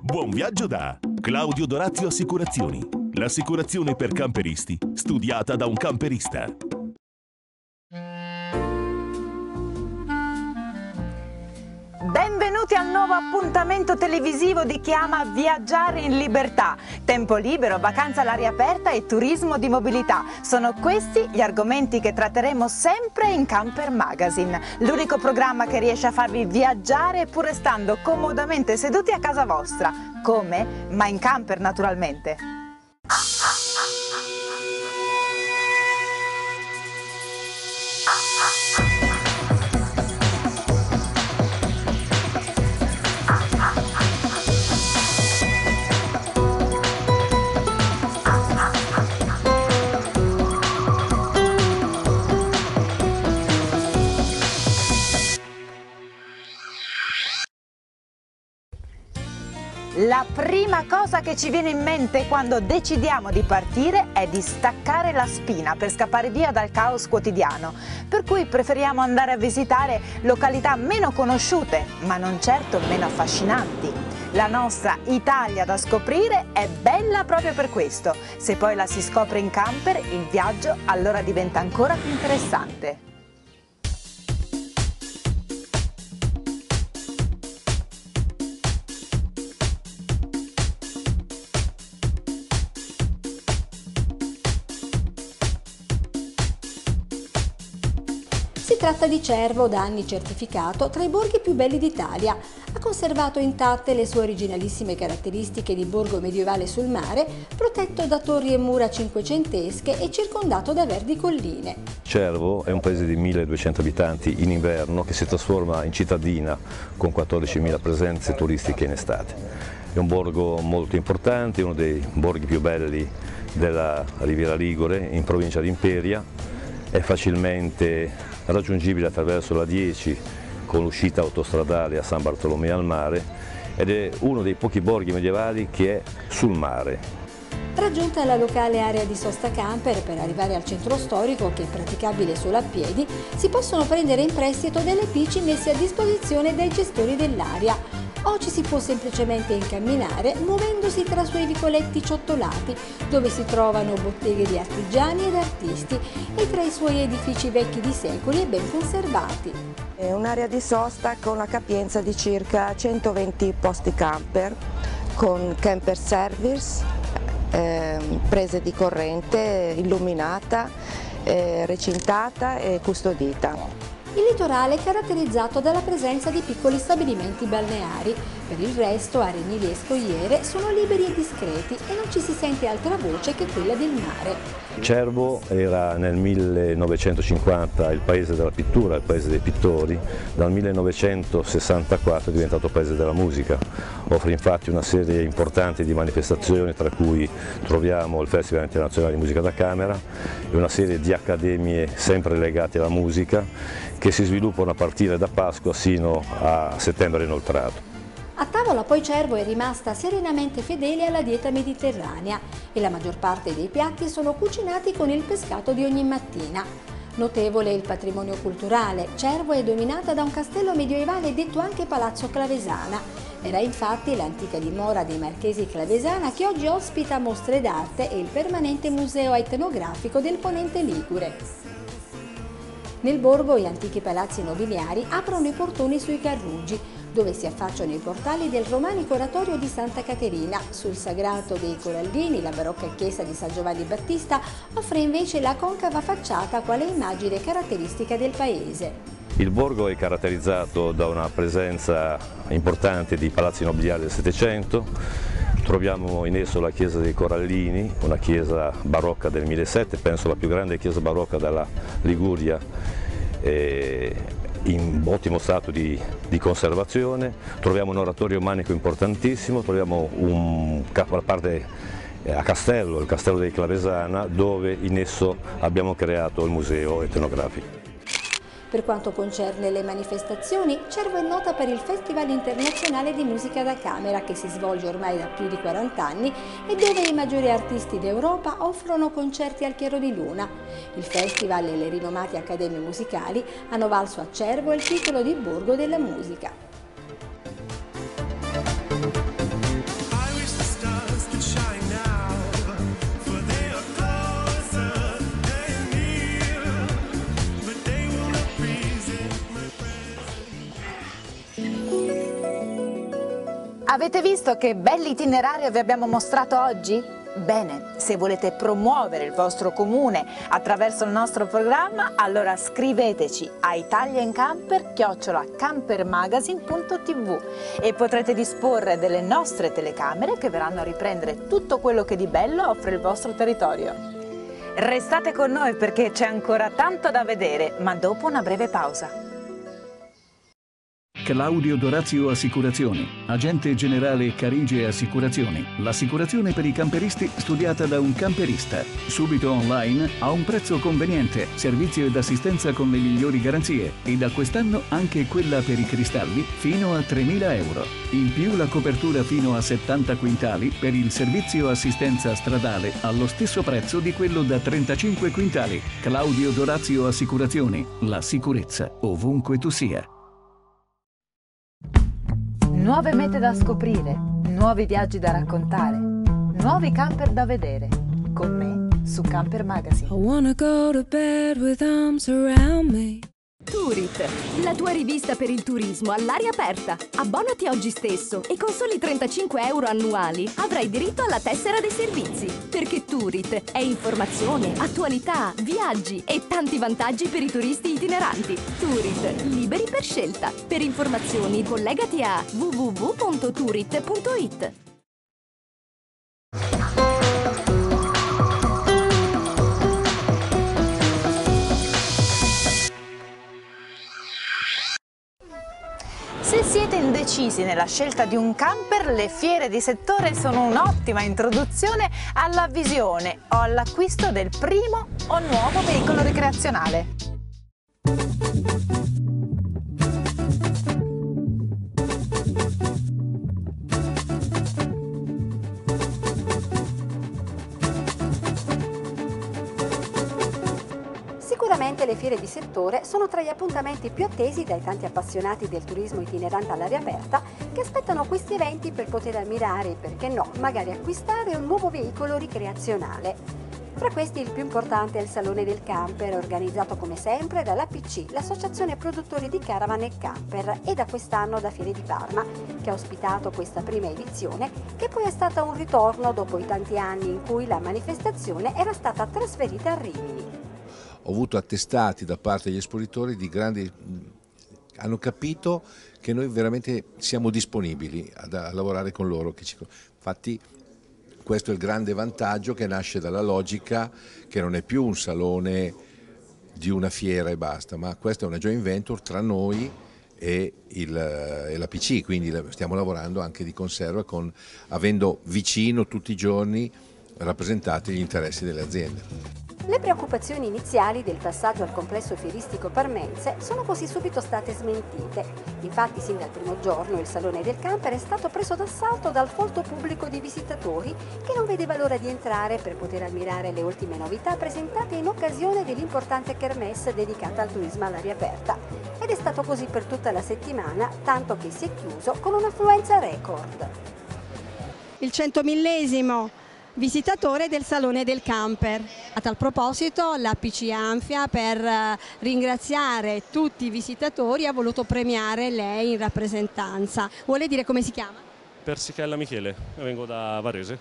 Buon viaggio da Claudio Dorazio Assicurazioni. L'assicurazione per camperisti, studiata da un camperista. Benvenuti al nuovo appuntamento televisivo di chi ama viaggiare in libertà. Tempo libero, vacanza all'aria aperta e turismo di mobilità. Sono questi gli argomenti che tratteremo sempre in Camper Magazine, l'unico programma che riesce a farvi viaggiare pur restando comodamente seduti a casa vostra. Come? Ma in camper naturalmente. La prima cosa che ci viene in mente quando decidiamo di partire è di staccare la spina per scappare via dal caos quotidiano, per cui preferiamo andare a visitare località meno conosciute, ma non certo meno affascinanti. La nostra Italia da scoprire è bella proprio per questo. Se poi la si scopre in camper, il viaggio allora diventa ancora più interessante. Si tratta di Cervo, da anni certificato tra i borghi più belli d'Italia. Ha conservato intatte le sue originalissime caratteristiche di borgo medievale sul mare, protetto da torri e mura cinquecentesche e circondato da verdi colline. Cervo è un paese di 1200 abitanti in inverno che si trasforma in cittadina con 14.000 presenze turistiche in estate. È un borgo molto importante, uno dei borghi più belli della Riviera Ligure, in provincia di Imperia. È facilmente raggiungibile attraverso la 10 con l'uscita autostradale a San Bartolomeo al Mare ed è uno dei pochi borghi medievali che è sul mare. Raggiunta la locale area di sosta camper per arrivare al centro storico, che è praticabile solo a piedi, si possono prendere in prestito delle bici messe a disposizione dai gestori dell'area. O ci si può semplicemente incamminare muovendosi tra suoi vicoletti ciottolati, dove si trovano botteghe di artigiani ed artisti e tra i suoi edifici vecchi di secoli e ben conservati. È un'area di sosta con la capienza di circa 120 posti camper, con camper service, prese di corrente, illuminata, recintata e custodita. Il litorale è caratterizzato dalla presenza di piccoli stabilimenti balneari. Per il resto, arenili e scogliere sono liberi e discreti e non ci si sente altra voce che quella del mare. Cervo era nel 1950 il paese della pittura, il paese dei pittori. Dal 1964 è diventato paese della musica. Offre infatti una serie importante di manifestazioni, tra cui troviamo il Festival Internazionale di Musica da Camera e una serie di accademie sempre legate alla musica che si sviluppano a partire da Pasqua sino a settembre inoltrato. A tavola poi Cervo è rimasta serenamente fedele alla dieta mediterranea e la maggior parte dei piatti sono cucinati con il pescato di ogni mattina. Notevole il patrimonio culturale. Cervo è dominata da un castello medievale detto anche Palazzo Clavesana. Era infatti l'antica dimora dei Marchesi Clavesana che oggi ospita mostre d'arte e il permanente museo etnografico del Ponente Ligure. Nel borgo gli antichi palazzi nobiliari aprono i portoni sui Carruggi, dove si affacciano i portali del romanico oratorio di Santa Caterina. Sul sagrato dei Corallini, la barocca chiesa di San Giovanni Battista offre invece la concava facciata quale immagine caratteristica del paese. Il borgo è caratterizzato da una presenza importante di palazzi nobiliari del Settecento. Troviamo in esso la chiesa dei Corallini, una chiesa barocca del 1700, penso la più grande chiesa barocca della Liguria, in ottimo stato di conservazione. Troviamo un oratorio romanico importantissimo, troviamo la parte a Castello, il Castello dei Clavesana, dove in esso abbiamo creato il museo etnografico. Per quanto concerne le manifestazioni, Cervo è nota per il Festival Internazionale di Musica da Camera, che si svolge ormai da più di 40 anni e dove i maggiori artisti d'Europa offrono concerti al chiaro di luna. Il festival e le rinomate accademie musicali hanno valso a Cervo il titolo di Borgo della Musica. Avete visto che bell'itinerario vi abbiamo mostrato oggi? Bene, se volete promuovere il vostro comune attraverso il nostro programma, allora scriveteci a italiancamper@campermagazine.tv e potrete disporre delle nostre telecamere che verranno a riprendere tutto quello che di bello offre il vostro territorio. Restate con noi perché c'è ancora tanto da vedere, ma dopo una breve pausa. Claudio Dorazio Assicurazioni, agente generale Carige Assicurazioni. L'assicurazione per i camperisti studiata da un camperista. Subito online, a un prezzo conveniente, servizio ed assistenza con le migliori garanzie e da quest'anno anche quella per i cristalli fino a 3.000 euro. In più la copertura fino a 70 quintali per il servizio assistenza stradale allo stesso prezzo di quello da 35 quintali. Claudio Dorazio Assicurazioni, la sicurezza ovunque tu sia. Nuove mete da scoprire, nuovi viaggi da raccontare, nuovi camper da vedere. Con me su Camper Magazine. I wanna go to bed with arms around me. Tourit, la tua rivista per il turismo all'aria aperta. Abbonati oggi stesso e con soli 35 euro annuali avrai diritto alla tessera dei servizi. Perché Tourit è informazione, attualità, viaggi e tanti vantaggi per i turisti itineranti. Tourit, liberi per scelta. Per informazioni collegati a www.tourit.it. Se siete indecisi nella scelta di un camper, le fiere di settore sono un'ottima introduzione alla visione o all'acquisto del primo o nuovo veicolo ricreazionale. Sicuramente le fiere di settore sono tra gli appuntamenti più attesi dai tanti appassionati del turismo itinerante all'aria aperta che aspettano questi eventi per poter ammirare e, perché no, magari acquistare un nuovo veicolo ricreazionale. Tra questi il più importante è il Salone del Camper, organizzato come sempre dall'APC, l'associazione produttori di caravan e camper, e da quest'anno da Fiere di Parma, che ha ospitato questa prima edizione, che poi è stata un ritorno dopo i tanti anni in cui la manifestazione era stata trasferita a Rimini. Ho avuto attestati da parte degli espositori di grandi, hanno capito che noi veramente siamo disponibili a lavorare con loro. Infatti questo è il grande vantaggio che nasce dalla logica che non è più un salone di una fiera e basta, ma questa è una joint venture tra noi e l'APC, quindi stiamo lavorando anche di conserva avendo vicino tutti i giorni rappresentati gli interessi delle aziende. Le preoccupazioni iniziali del passaggio al complesso fieristico parmense sono così subito state smentite. Infatti, sin dal primo giorno il Salone del Camper è stato preso d'assalto dal folto pubblico di visitatori che non vedeva l'ora di entrare per poter ammirare le ultime novità presentate in occasione dell'importante kermesse dedicata al turismo all'aria aperta. Ed è stato così per tutta la settimana, tanto che si è chiuso con un'affluenza record. Il 100.000° visitatore del Salone del Camper. A tal proposito l'APC Anfia, per ringraziare tutti i visitatori, ha voluto premiare lei in rappresentanza. Vuole dire come si chiama? Persichella Michele, vengo da Varese.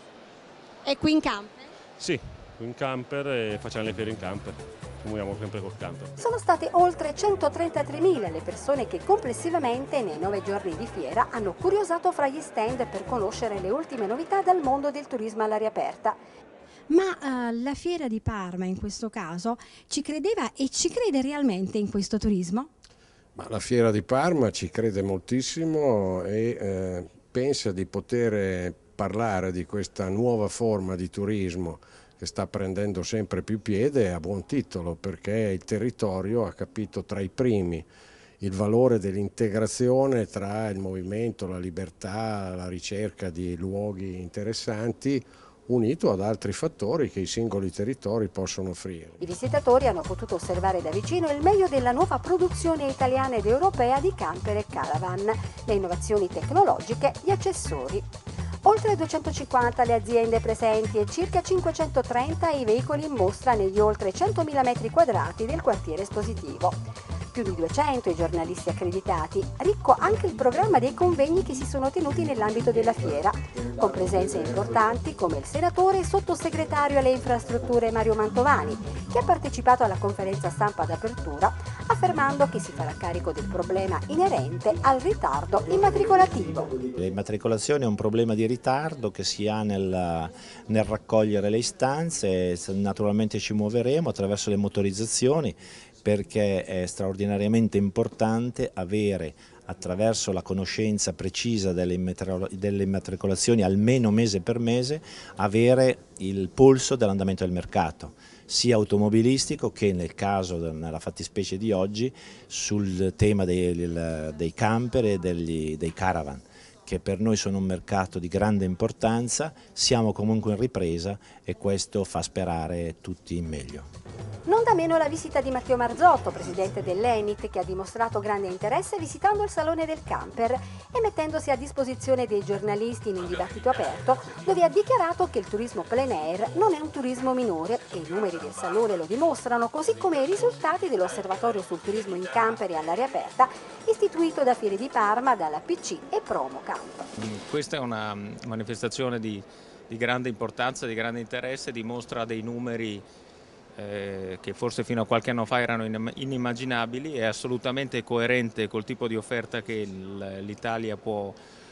È qui in camper? Sì, qui in camper e facciamo le fiere in camper. Ci muoviamo sempre col camper. Sono state oltre 133.000 le persone che complessivamente nei 9 giorni di fiera hanno curiosato fra gli stand per conoscere le ultime novità dal mondo del turismo all'aria aperta. Ma la Fiera di Parma in questo caso ci credeva e ci crede realmente in questo turismo? Ma la Fiera di Parma ci crede moltissimo e pensa di poter parlare di questa nuova forma di turismo che sta prendendo sempre più piede a buon titolo, perché il territorio ha capito tra i primi il valore dell'integrazione tra il movimento, la libertà, la ricerca di luoghi interessanti, unito ad altri fattori che i singoli territori possono offrire. I visitatori hanno potuto osservare da vicino il meglio della nuova produzione italiana ed europea di camper e caravan, le innovazioni tecnologiche, gli accessori. Oltre 250 le aziende presenti e circa 530 i veicoli in mostra negli oltre 100.000 metri quadrati del quartiere espositivo. più di 200 i giornalisti accreditati, ricco anche il programma dei convegni che si sono tenuti nell'ambito della fiera, con presenze importanti come il senatore e sottosegretario alle infrastrutture Mario Mantovani, che ha partecipato alla conferenza stampa d'apertura affermando che si farà carico del problema inerente al ritardo immatricolativo. L'immatricolazione è un problema di ritardo che si ha nel raccogliere le istanze, naturalmente ci muoveremo attraverso le motorizzazioni perché è straordinariamente importante avere attraverso la conoscenza precisa delle immatricolazioni almeno mese per mese, avere il polso dell'andamento del mercato, sia automobilistico che nel caso, nella fattispecie di oggi, sul tema dei camper e dei caravan, che per noi sono un mercato di grande importanza. Siamo comunque in ripresa e questo fa sperare tutti in meglio. Non da meno la visita di Matteo Marzotto, presidente dell'Enit, che ha dimostrato grande interesse visitando il Salone del Camper e mettendosi a disposizione dei giornalisti in un dibattito aperto, dove ha dichiarato che il turismo plein air non è un turismo minore e i numeri del Salone lo dimostrano, così come i risultati dell'Osservatorio sul turismo in camper e all'aria aperta, istituito da Fiere di Parma, dalla PC e Promo Camp. Questa è una manifestazione di grande importanza, di grande interesse, dimostra dei numeri che forse fino a qualche anno fa erano inimmaginabili, è assolutamente coerente col tipo di offerta che l'Italia può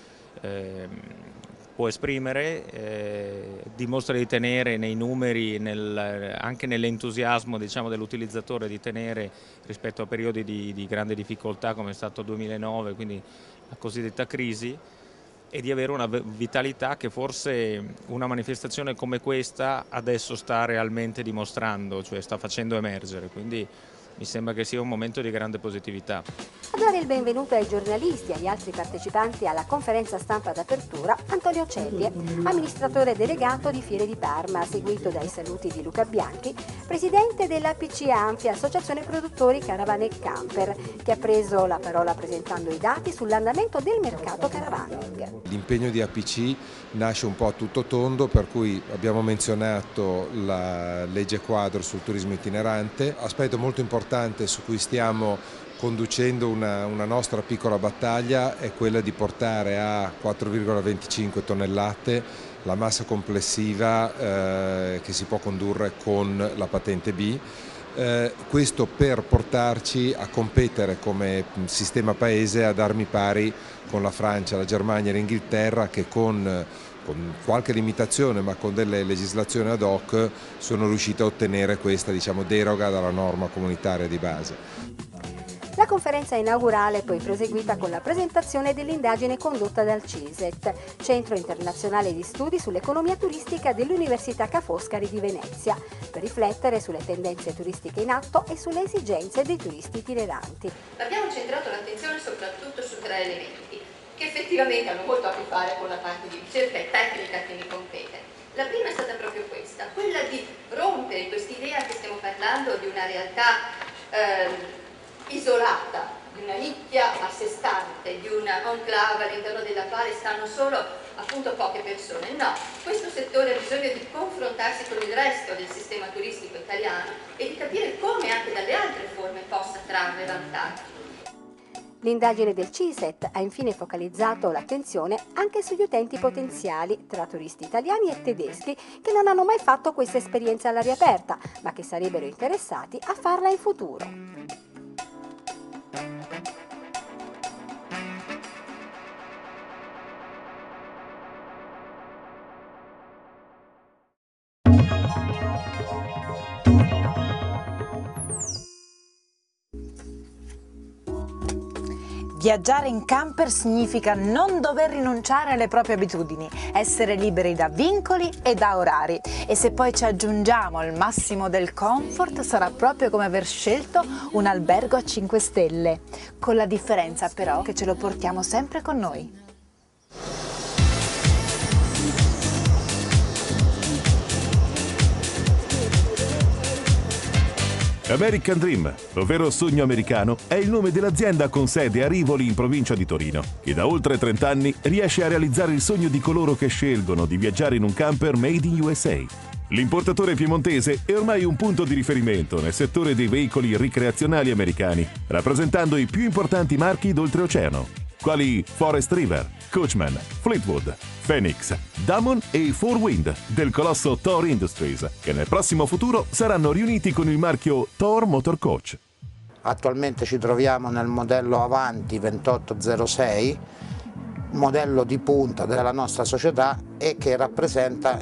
esprimere, dimostra di tenere nei numeri, anche nell'entusiasmo dell'utilizzatore, di tenere rispetto a periodi di grande difficoltà come è stato il 2009, quindi la cosiddetta crisi, e di avere una vitalità che forse una manifestazione come questa adesso sta realmente dimostrando, cioè sta facendo emergere, quindi mi sembra che sia un momento di grande positività. A dare il benvenuto ai giornalisti e agli altri partecipanti alla conferenza stampa d'apertura Antonio Cellie, amministratore delegato di Fiere di Parma, seguito dai saluti di Luca Bianchi, presidente della PC Anfia, associazione produttori caravane e camper, che ha preso la parola presentando i dati sull'andamento del mercato caravaning. L'impegno di APC nasce un po' a tutto tondo, per cui abbiamo menzionato la legge quadro sul turismo itinerante, aspetto molto importante su cui stiamo conducendo una nostra piccola battaglia è quella di portare a 4,25 tonnellate la massa complessiva che si può condurre con la patente B. Questo per portarci a competere come sistema paese ad armi pari con la Francia, la Germania e l'Inghilterra, che con qualche limitazione ma con delle legislazioni ad hoc sono riuscite a ottenere questa deroga dalla norma comunitaria di base. La conferenza inaugurale è poi proseguita con la presentazione dell'indagine condotta dal CISET, Centro Internazionale di Studi sull'Economia Turistica dell'Università Ca' Foscari di Venezia, per riflettere sulle tendenze turistiche in atto e sulle esigenze dei turisti itineranti. Abbiamo centrato l'attenzione soprattutto su 3 elementi che effettivamente hanno molto a che fare con la parte di ricerca e tecnica che mi compete. La prima è stata proprio questa, quella di rompere quest'idea che stiamo parlando di una realtà isolata, di una nicchia a sé stante, di una enclave all'interno della quale stanno solo appunto poche persone. No, questo settore ha bisogno di confrontarsi con il resto del sistema turistico italiano e di capire come anche dalle altre forme possa trarre vantaggi. L'indagine del CISET ha infine focalizzato l'attenzione anche sugli utenti potenziali tra turisti italiani e tedeschi che non hanno mai fatto questa esperienza all'aria aperta, ma che sarebbero interessati a farla in futuro. Viaggiare in camper significa non dover rinunciare alle proprie abitudini, essere liberi da vincoli e da orari. E se poi ci aggiungiamo il massimo del comfort, sarà proprio come aver scelto un albergo a 5 stelle. Con la differenza però che ce lo portiamo sempre con noi. American Dream, ovvero Sogno Americano, è il nome dell'azienda con sede a Rivoli in provincia di Torino, che da oltre 30 anni riesce a realizzare il sogno di coloro che scelgono di viaggiare in un camper made in USA. L'importatore piemontese è ormai un punto di riferimento nel settore dei veicoli ricreazionali americani, rappresentando i più importanti marchi d'oltreoceano, quali Forest River, Coachman, Fleetwood, Phoenix, Damon e Four Wind del colosso Thor Industries, che nel prossimo futuro saranno riuniti con il marchio Thor Motor Coach. Attualmente ci troviamo nel modello Avanti 2806, modello di punta della nostra società e che rappresenta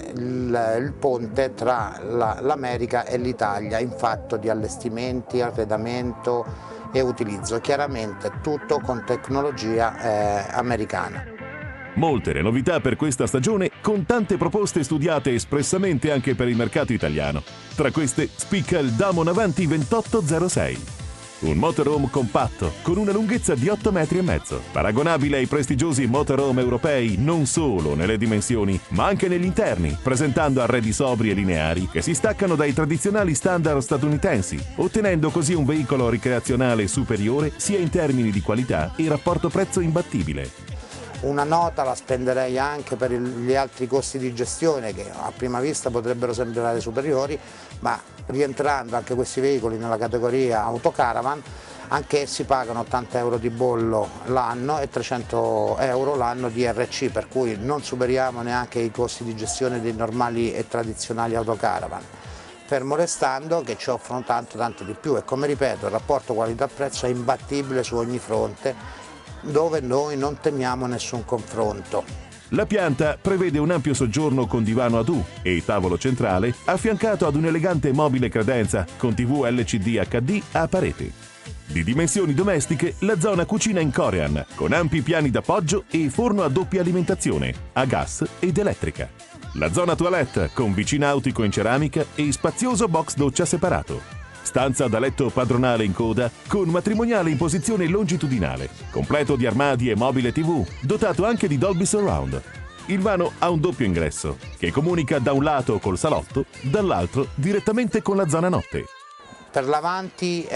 il ponte tra l'America e l'Italia in fatto di allestimenti, arredamento e utilizzo, chiaramente tutto con tecnologia americana. Molte le novità per questa stagione, con tante proposte studiate espressamente anche per il mercato italiano. Tra queste spicca il Damon Avanti 2806. Un motorhome compatto, con una lunghezza di 8,5 metri, paragonabile ai prestigiosi motorhome europei non solo nelle dimensioni, ma anche negli interni, presentando arredi sobri e lineari che si staccano dai tradizionali standard statunitensi, ottenendo così un veicolo ricreazionale superiore sia in termini di qualità e rapporto prezzo imbattibile. Una nota la spenderei anche per gli altri costi di gestione che a prima vista potrebbero sembrare superiori, ma rientrando anche questi veicoli nella categoria autocaravan, anche essi pagano 80 euro di bollo l'anno e 300 euro l'anno di RC, per cui non superiamo neanche i costi di gestione dei normali e tradizionali autocaravan, fermo restando che ci offrono tanto di più e, come ripeto, il rapporto qualità-prezzo è imbattibile su ogni fronte, dove noi non temiamo nessun confronto. La pianta prevede un ampio soggiorno con divano ad U e tavolo centrale affiancato ad un elegante mobile credenza con TV LCD HD a parete. Di dimensioni domestiche, la zona cucina in Korean, con ampi piani d'appoggio e forno a doppia alimentazione, a gas ed elettrica. La zona toilette con vicinautico in ceramica e spazioso box doccia separato. Stanza da letto padronale in coda con matrimoniale in posizione longitudinale, completo di armadi e mobile TV, dotato anche di Dolby Surround. Il vano ha un doppio ingresso, che comunica da un lato col salotto, dall'altro direttamente con la zona notte. Per l'Avanti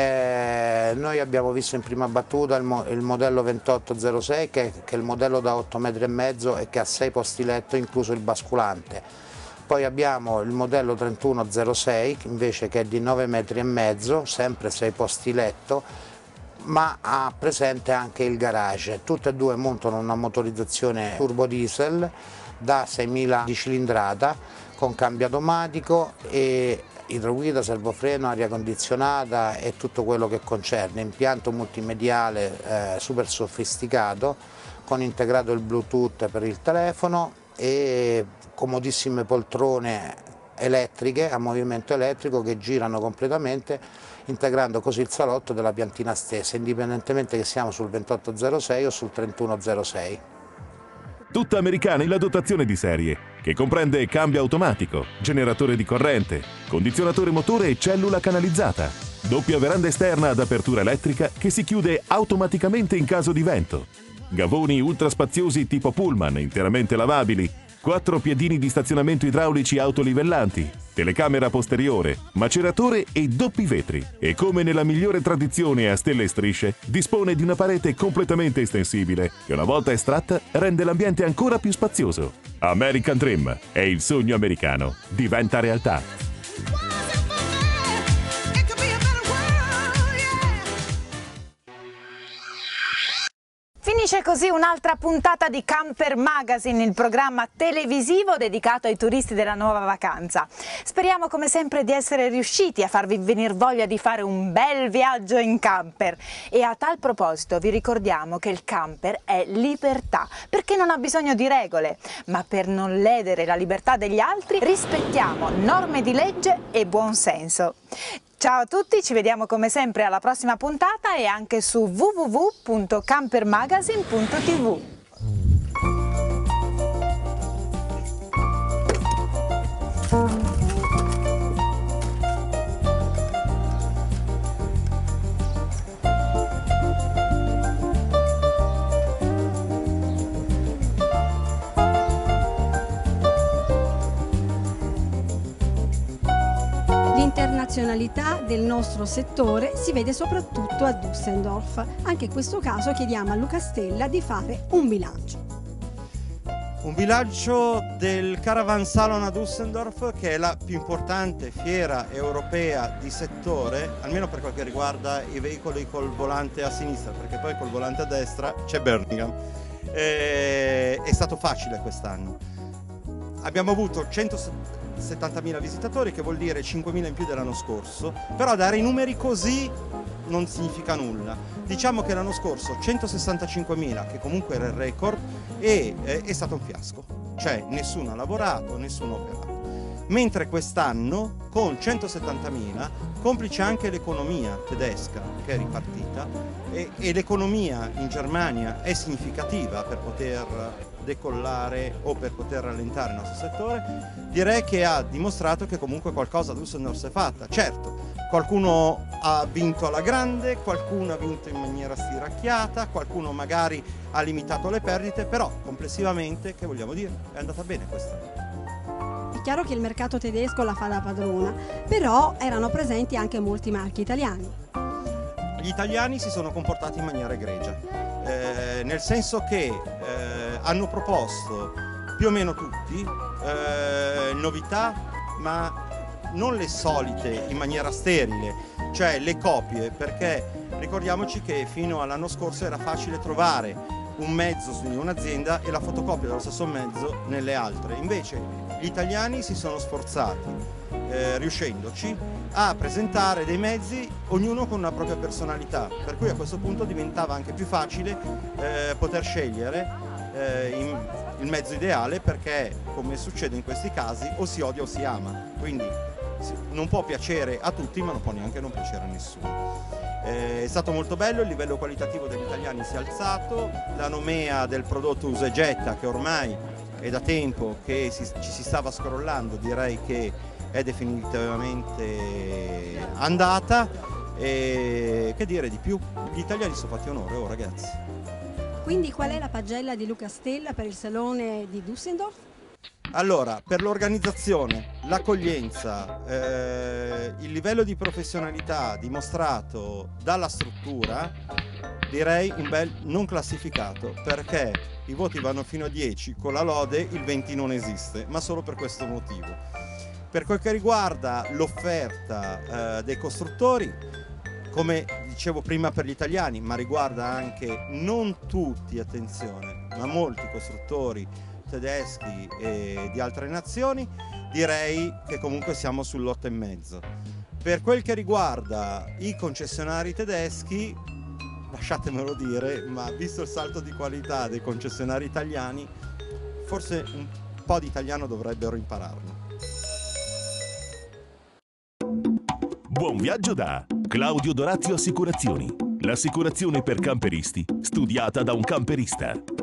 noi abbiamo visto in prima battuta il modello 2806 che è il modello da 8,5 metri e che ha 6 posti letto incluso il basculante. Poi abbiamo il modello 3106 invece che è di 9,5 metri, sempre 6 posti letto, ma ha presente anche il garage. Tutte e due montano una motorizzazione turbo diesel da 6.000 di cilindrata con cambio automatico e idroguida, servofreno, aria condizionata e tutto quello che concerne. Impianto multimediale super sofisticato con integrato il Bluetooth per il telefono e comodissime poltrone elettriche a movimento elettrico che girano completamente, integrando così il salotto della piantina stessa, indipendentemente che siamo sul 2806 o sul 3106. Tutta americana la dotazione di serie, che comprende cambio automatico, generatore di corrente, condizionatore motore e cellula canalizzata, doppia veranda esterna ad apertura elettrica che si chiude automaticamente in caso di vento, gavoni ultraspaziosi tipo pullman interamente lavabili, 4 piedini di stazionamento idraulici autolivellanti, telecamera posteriore, maceratore e doppi vetri. E come nella migliore tradizione a stelle e strisce, dispone di una parete completamente estensibile che una volta estratta rende l'ambiente ancora più spazioso. American Dream è il sogno americano, diventa realtà. Finisce così un'altra puntata di Camper Magazine, il programma televisivo dedicato ai turisti della nuova vacanza. Speriamo come sempre di essere riusciti a farvi venire voglia di fare un bel viaggio in camper. E a tal proposito vi ricordiamo che il camper è libertà, perché non ha bisogno di regole, ma per non ledere la libertà degli altri rispettiamo norme di legge e buon senso. Ciao a tutti, ci vediamo come sempre alla prossima puntata e anche su www.campermagazine.tv. L'internazionalità del nostro settore si vede soprattutto a Düsseldorf. Anche in questo caso chiediamo a Luca Stella di fare un bilancio. Un villaggio del Caravan Salon a Düsseldorf, che è la più importante fiera europea di settore, almeno per quel che riguarda i veicoli col volante a sinistra, perché poi col volante a destra c'è Birmingham. È stato facile quest'anno. Abbiamo avuto 170.000 visitatori, che vuol dire 5.000 in più dell'anno scorso, però dare i numeri così non significa nulla. Diciamo che l'anno scorso 165.000, che comunque era il record, e è stato un fiasco, cioè nessuno ha lavorato, nessuno ha operato. Mentre quest'anno con 170.000, complice anche l'economia tedesca che è ripartita, e l'economia in Germania è significativa per poter decollare o per poter rallentare il nostro settore, direi che ha dimostrato che comunque qualcosa a Düsseldorf si è fatta. Certo, qualcuno ha vinto alla grande, qualcuno ha vinto in maniera stiracchiata, qualcuno magari ha limitato le perdite, però complessivamente, che vogliamo dire, è andata bene quest'anno. È chiaro che il mercato tedesco la fa da padrona, però erano presenti anche molti marchi italiani. Gli italiani si sono comportati in maniera egregia, nel senso che hanno proposto più o meno tutti novità, ma non le solite in maniera sterile, cioè le copie, perché ricordiamoci che fino all'anno scorso era facile trovare un mezzo su un'azienda e la fotocopia dello stesso mezzo nelle altre. Invece gli italiani si sono sforzati, riuscendoci, a presentare dei mezzi ognuno con una propria personalità, per cui a questo punto diventava anche più facile poter scegliere il mezzo ideale, perché, come succede in questi casi, o si odia o si ama, quindi non può piacere a tutti, ma non può neanche non piacere a nessuno. È stato molto bello, il livello qualitativo degli italiani si è alzato, la nomea del prodotto usa e getta, che ormai è da tempo che ci si stava scrollando, direi che è definitivamente andata, e che dire di più, gli italiani sono fatti onore, ragazzi. Quindi qual è la pagella di Luca Stella per il Salone di Düsseldorf? Allora, per l'organizzazione, l'accoglienza, il livello di professionalità dimostrato dalla struttura, direi un bel non classificato, perché i voti vanno fino a 10, con la lode il 20 non esiste, ma solo per questo motivo. Per quel che riguarda l'offerta dei costruttori, come dicevo prima per gli italiani, ma riguarda anche non tutti, attenzione, ma molti costruttori tedeschi e di altre nazioni, direi che comunque siamo sull'8,5. Per quel che riguarda i concessionari tedeschi, lasciatemelo dire, ma visto il salto di qualità dei concessionari italiani, forse un po' di italiano dovrebbero impararlo. Buon viaggio da Claudio Dorazio Assicurazioni, l'assicurazione per camperisti studiata da un camperista.